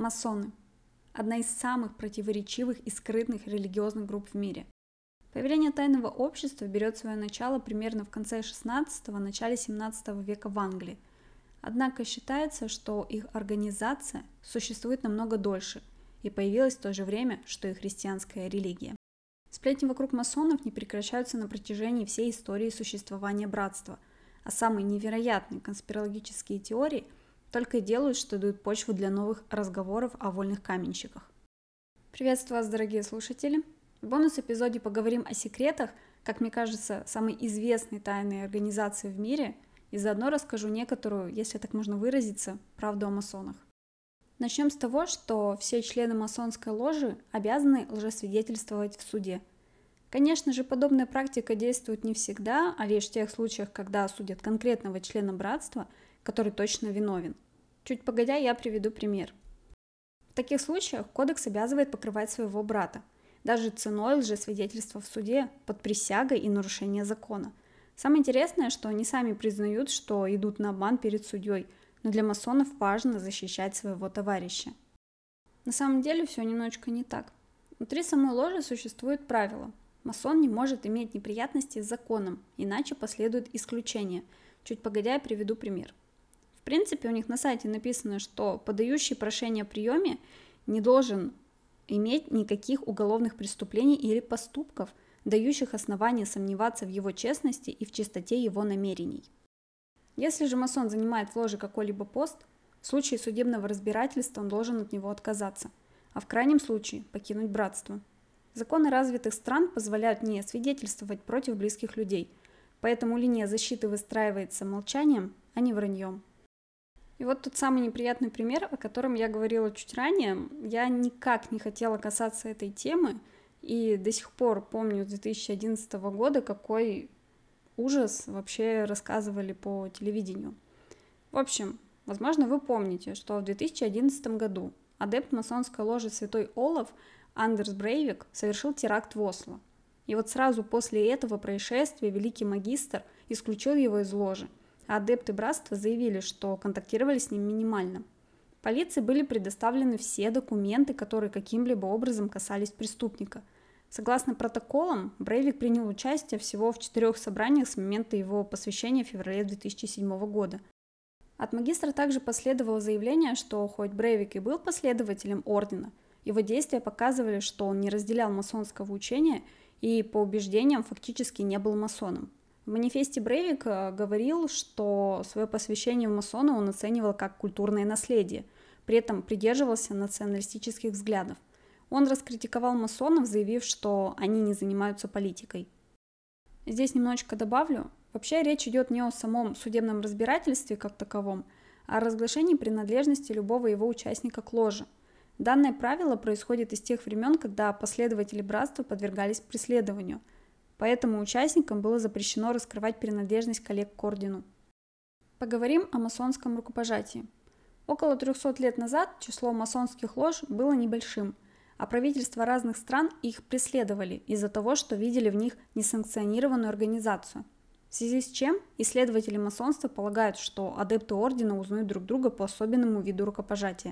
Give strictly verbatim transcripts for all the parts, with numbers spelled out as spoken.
Масоны – одна из самых противоречивых и скрытных религиозных групп в мире. Появление тайного общества берет свое начало примерно в конце шестнадцатого – начале семнадцатого века в Англии. Однако считается, что их организация существует намного дольше и появилась в то же время, что и христианская религия. Сплетни вокруг масонов не прекращаются на протяжении всей истории существования братства, а самые невероятные конспирологические теории только и делают, что дают почву для новых разговоров о вольных каменщиках. Приветствую вас, дорогие слушатели! В бонус-эпизоде поговорим о секретах, как мне кажется, самой известной тайной организации в мире, и заодно расскажу некоторую, если так можно выразиться, правду о масонах. Начнем с того, что все члены масонской ложи обязаны лжесвидетельствовать в суде. Конечно же, подобная практика действует не всегда, а лишь в тех случаях, когда судят конкретного члена братства, который точно виновен. Чуть погодя, я приведу пример. В таких случаях кодекс обязывает покрывать своего брата, даже ценой лжесвидетельства в суде, под присягой и нарушение закона. Самое интересное, что они сами признают, что идут на обман перед судьей, но для масонов важно защищать своего товарища. На самом деле все немножечко не так. Внутри самой ложи существует правило. Масон не может иметь неприятности с законом, иначе последует исключение. Чуть погодя, я приведу пример. В принципе, у них на сайте написано, что подающий прошение о приеме не должен иметь никаких уголовных преступлений или поступков, дающих основания сомневаться в его честности и в чистоте его намерений. Если же масон занимает в ложе какой-либо пост, в случае судебного разбирательства он должен от него отказаться, а в крайнем случае покинуть братство. Законы развитых стран позволяют не свидетельствовать против близких людей, поэтому линия защиты выстраивается молчанием, а не враньем. И вот тот самый неприятный пример, о котором я говорила чуть ранее. Я никак не хотела касаться этой темы, и до сих пор помню с две тысячи одиннадцатого года, какой ужас вообще рассказывали по телевидению. В общем, возможно, вы помните, что в две тысячи одиннадцатом году адепт масонской ложи Святой Олаф Андерс Брейвик совершил теракт в Осло. И вот сразу после этого происшествия великий магистр исключил его из ложи, а адепты братства заявили, что контактировали с ним минимально. Полиции были предоставлены все документы, которые каким-либо образом касались преступника. Согласно протоколам, Брейвик принял участие всего в четырех собраниях с момента его посвящения в феврале две тысячи седьмого года. От магистра также последовало заявление, что хоть Брейвик и был последователем ордена, его действия показывали, что он не разделял масонского учения и по убеждениям фактически не был масоном. В манифесте Брейвик говорил, что свое посвящение в масоны он оценивал как культурное наследие, при этом придерживался националистических взглядов. Он раскритиковал масонов, заявив, что они не занимаются политикой. Здесь немножечко добавлю. Вообще речь идет не о самом судебном разбирательстве как таковом, а о разглашении принадлежности любого его участника к ложе. Данное правило происходит из тех времен, когда последователи братства подвергались преследованию, поэтому участникам было запрещено раскрывать принадлежность коллег к ордену. Поговорим о масонском рукопожатии. Около трехсот лет назад число масонских лож было небольшим, а правительства разных стран их преследовали из-за того, что видели в них несанкционированную организацию. В связи с чем исследователи масонства полагают, что адепты ордена узнают друг друга по особенному виду рукопожатия.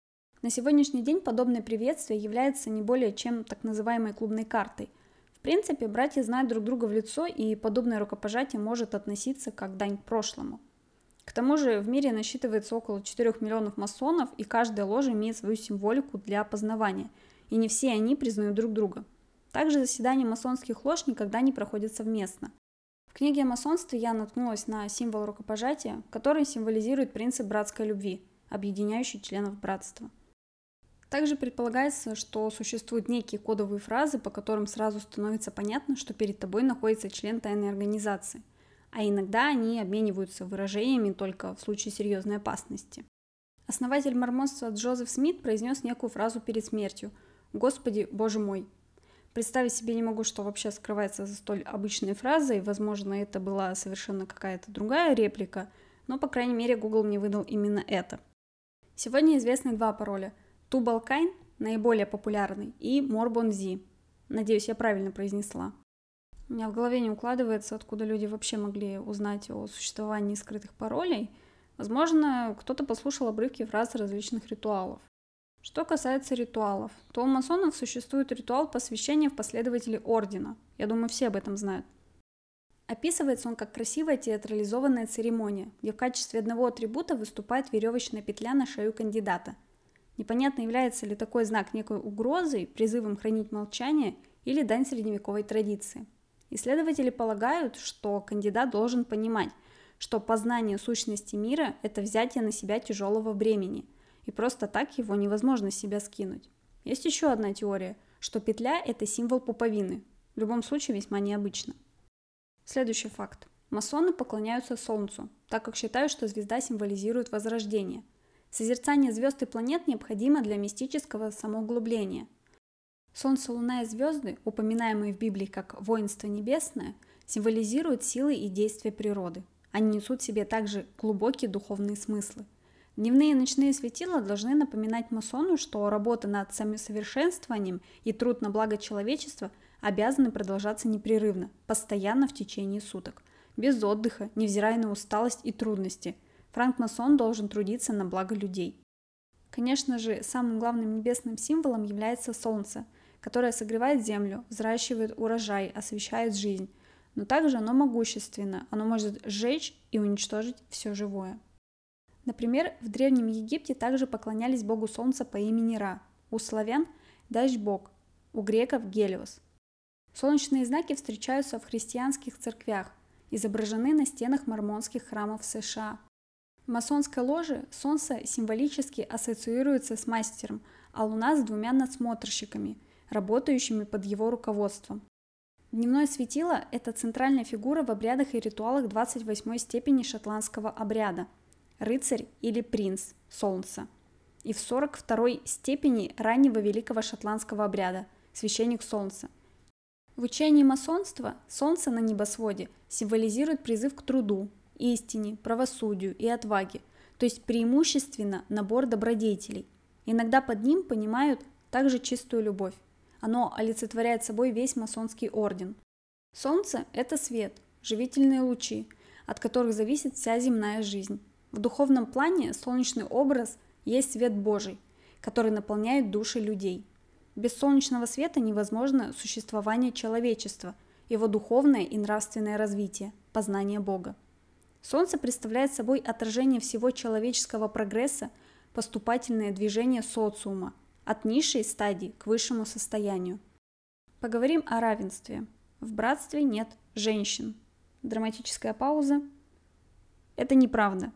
На сегодняшний день подобное приветствие является не более чем так называемой клубной картой. В принципе, братья знают друг друга в лицо, и подобное рукопожатие может относиться как дань к прошлому. К тому же в мире насчитывается около четырёх миллионов масонов, и каждая ложа имеет свою символику для опознавания, и не все они признают друг друга. Также заседания масонских лож никогда не проходят совместно. В книге о масонстве я наткнулась на символ рукопожатия, который символизирует принцип братской любви, объединяющий членов братства. Также предполагается, что существуют некие кодовые фразы, по которым сразу становится понятно, что перед тобой находится член тайной организации, а иногда они обмениваются выражениями только в случае серьезной опасности. Основатель мормонства Джозеф Смит произнес некую фразу перед смертью: «Господи, Боже мой». Представить себе не могу, что вообще скрывается за столь обычной фразой, возможно, это была совершенно какая-то другая реплика, но, по крайней мере, Google мне выдал именно это. Сегодня известны два пароля – Тубал-Кайн, наиболее популярный, и Морбон-Зи. Надеюсь, я правильно произнесла. У меня в голове не укладывается, откуда люди вообще могли узнать о существовании скрытых паролей. Возможно, кто-то послушал обрывки фраз различных ритуалов. Что касается ритуалов, то у масонов существует ритуал посвящения в последователей ордена. Я думаю, все об этом знают. Описывается он как красивая театрализованная церемония, где в качестве одного атрибута выступает веревочная петля на шею кандидата. Непонятно, является ли такой знак некой угрозой, призывом хранить молчание или дань средневековой традиции. Исследователи полагают, что кандидат должен понимать, что познание сущности мира – это взятие на себя тяжелого бремени, и просто так его невозможно с себя скинуть. Есть еще одна теория, что петля – это символ пуповины, в любом случае весьма необычно. Следующий факт. Масоны поклоняются Солнцу, так как считают, что звезда символизирует возрождение. Созерцание звезд и планет необходимо для мистического самоуглубления. Солнце, Луна и звезды, упоминаемые в Библии как «воинство небесное», символизируют силы и действия природы. Они несут в себе также глубокие духовные смыслы. Дневные и ночные светила должны напоминать масону, что работа над самосовершенствованием и труд на благо человечества обязаны продолжаться непрерывно, постоянно в течение суток, без отдыха, невзирая на усталость и трудности. Франк-масон должен трудиться на благо людей. Конечно же, самым главным небесным символом является Солнце, которое согревает землю, взращивает урожай, освещает жизнь. Но также оно могущественно, оно может сжечь и уничтожить все живое. Например, в Древнем Египте также поклонялись богу Солнца по имени Ра, у славян – Дождь-бог, у греков – Гелиос. Солнечные знаки встречаются в христианских церквях, изображены на стенах мормонских храмов США. В масонской ложе Солнце символически ассоциируется с мастером, а Луна с двумя надсмотрщиками, работающими под его руководством. Дневное светило – это центральная фигура в обрядах и ритуалах двадцать восьмой степени шотландского обряда – рыцарь или принц Солнца, и в сорок второй степени раннего великого шотландского обряда – священник Солнца. В учении масонства Солнце на небосводе символизирует призыв к труду, истине, правосудию и отваге, то есть преимущественно набор добродетелей. Иногда под ним понимают также чистую любовь. Оно олицетворяет собой весь масонский орден. Солнце – это свет, живительные лучи, от которых зависит вся земная жизнь. В духовном плане солнечный образ есть свет Божий, который наполняет души людей. Без солнечного света невозможно существование человечества, его духовное и нравственное развитие, познание Бога. Солнце представляет собой отражение всего человеческого прогресса, поступательное движение социума, от низшей стадии к высшему состоянию. Поговорим о равенстве. В братстве нет женщин. Драматическая пауза. Это неправда.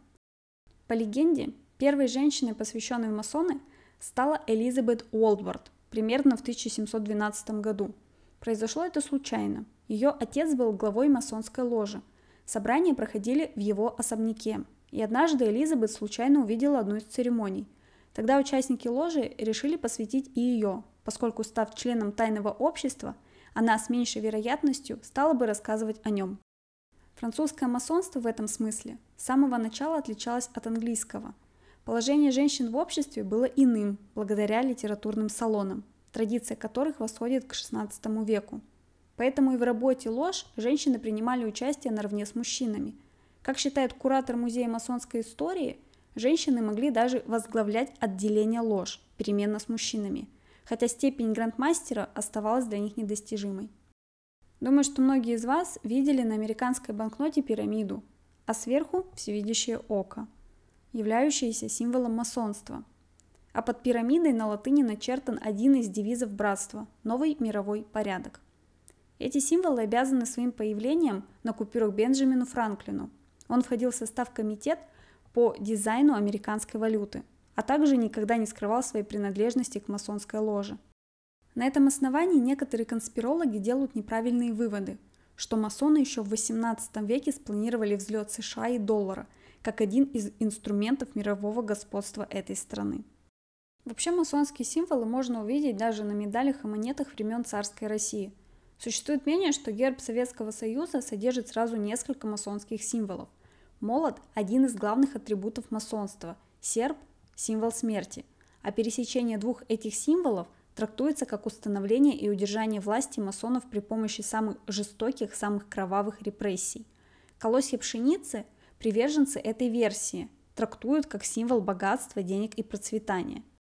По легенде, первой женщиной, посвященной в масоны, стала Элизабет Уолдворд, примерно в тысяча семьсот двенадцатом году. Произошло это случайно. Ее отец был главой масонской ложи. Собрания проходили в его особняке, и однажды Элизабет случайно увидела одну из церемоний. Тогда участники ложи решили посвятить и ее, поскольку, став членом тайного общества, она с меньшей вероятностью стала бы рассказывать о нем. Французское масонство в этом смысле с самого начала отличалось от английского. Положение женщин в обществе было иным, благодаря литературным салонам, традиция которых восходит к шестнадцатому веку. Поэтому и в работе лож женщины принимали участие наравне с мужчинами. Как считает куратор Музея масонской истории, женщины могли даже возглавлять отделение лож, переменно с мужчинами, хотя степень грандмастера оставалась для них недостижимой. Думаю, что многие из вас видели на американской банкноте пирамиду, а сверху всевидящее око, являющееся символом масонства. А под пирамидой на латыни начертан один из девизов братства – «Новый мировой порядок». Эти символы обязаны своим появлением на купюрах Бенджамину Франклину. Он входил в состав комитета по дизайну американской валюты, а также никогда не скрывал своей принадлежности к масонской ложе. На этом основании некоторые конспирологи делают неправильные выводы, что масоны еще в восемнадцатом веке спланировали взлет США и доллара, как один из инструментов мирового господства этой страны. Вообще масонские символы можно увидеть даже на медалях и монетах времен царской России. Существует мнение, что герб Советского Союза содержит сразу несколько масонских символов. Молот – один из главных атрибутов масонства, серп – символ смерти, а пересечение двух этих символов трактуется как установление и удержание власти масонов при помощи самых жестоких, самых кровавых репрессий. Колосья пшеницы приверженцы этой версии трактуют как символ богатства, денег и процветания.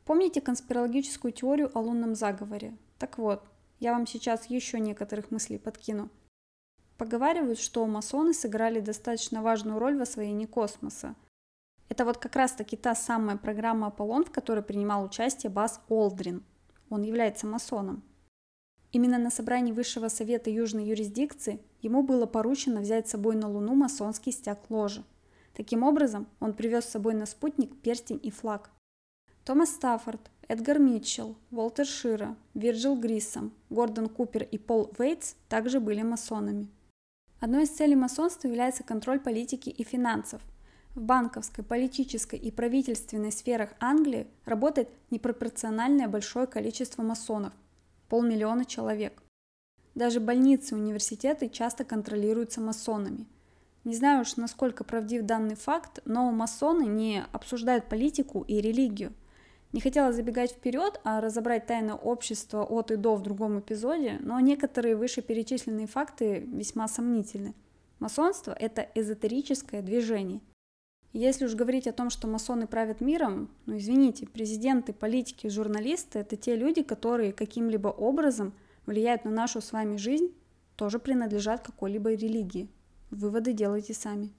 Помните конспирологическую теорию о лунном заговоре? Так вот, я вам сейчас еще некоторых мыслей подкину. Поговаривают, что масоны сыграли достаточно важную роль в освоении космоса. Это вот как раз-таки та самая программа «Аполлон», в которой принимал участие Базз Олдрин. Он является масоном. Именно на собрании Высшего совета Южной юрисдикции ему было поручено взять с собой на Луну масонский стяг ложи. Таким образом, он привез с собой на спутник перстень и флаг. Томас Стаффорд, Эдгар Митчелл, Уолтер Широ, Вирджил Гриссом, Гордон Купер и Пол Уэйтс также были масонами. Одной из целей масонства является контроль политики и финансов. В банковской, политической и правительственной сферах Англии работает непропорциональное большое количество масонов – полмиллиона человек. Даже больницы и университеты часто контролируются масонами. Не знаю уж, насколько правдив данный факт, но масоны не обсуждают политику и религию. Не хотела забегать вперед, а разобрать тайное общество от и до в другом эпизоде, но некоторые вышеперечисленные факты весьма сомнительны. Масонство – это эзотерическое движение. Если уж говорить о том, что масоны правят миром, ну извините, президенты, политики, журналисты – это те люди, которые каким-либо образом влияют на нашу с вами жизнь, тоже принадлежат какой-либо религии. Выводы делайте сами.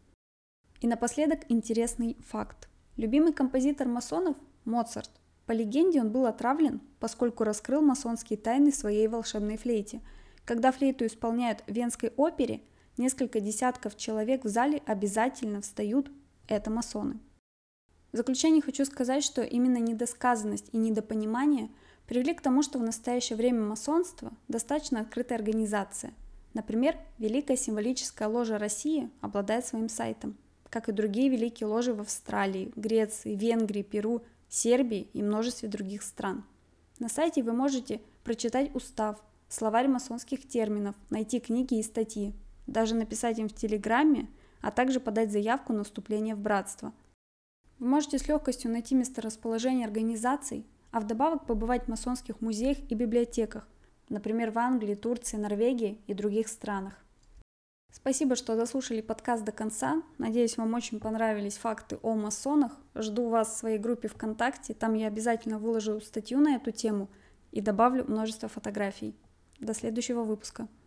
И напоследок интересный факт. Любимый композитор масонов – Моцарт. По легенде, он был отравлен, поскольку раскрыл масонские тайны своей волшебной флейте. Когда флейту исполняют в Венской опере, несколько десятков человек в зале обязательно встают. Это масоны. В заключение хочу сказать, что именно недосказанность и недопонимание привели к тому, что в настоящее время масонство достаточно открытая организация. Например, Великая символическая ложа России обладает своим сайтом, как и другие великие ложи в Австралии, Греции, Венгрии, Перу, Сербии и множестве других стран. На сайте вы можете прочитать устав, словарь масонских терминов, найти книги и статьи, даже написать им в Телеграме, а также подать заявку на вступление в братство. Вы можете с легкостью найти месторасположение организаций, а вдобавок побывать в масонских музеях и библиотеках, например, в Англии, Турции, Норвегии и других странах. Спасибо, что дослушали подкаст до конца. Надеюсь, вам очень понравились факты о масонах. Жду вас в своей группе ВКонтакте, там я обязательно выложу статью на эту тему и добавлю множество фотографий. До следующего выпуска.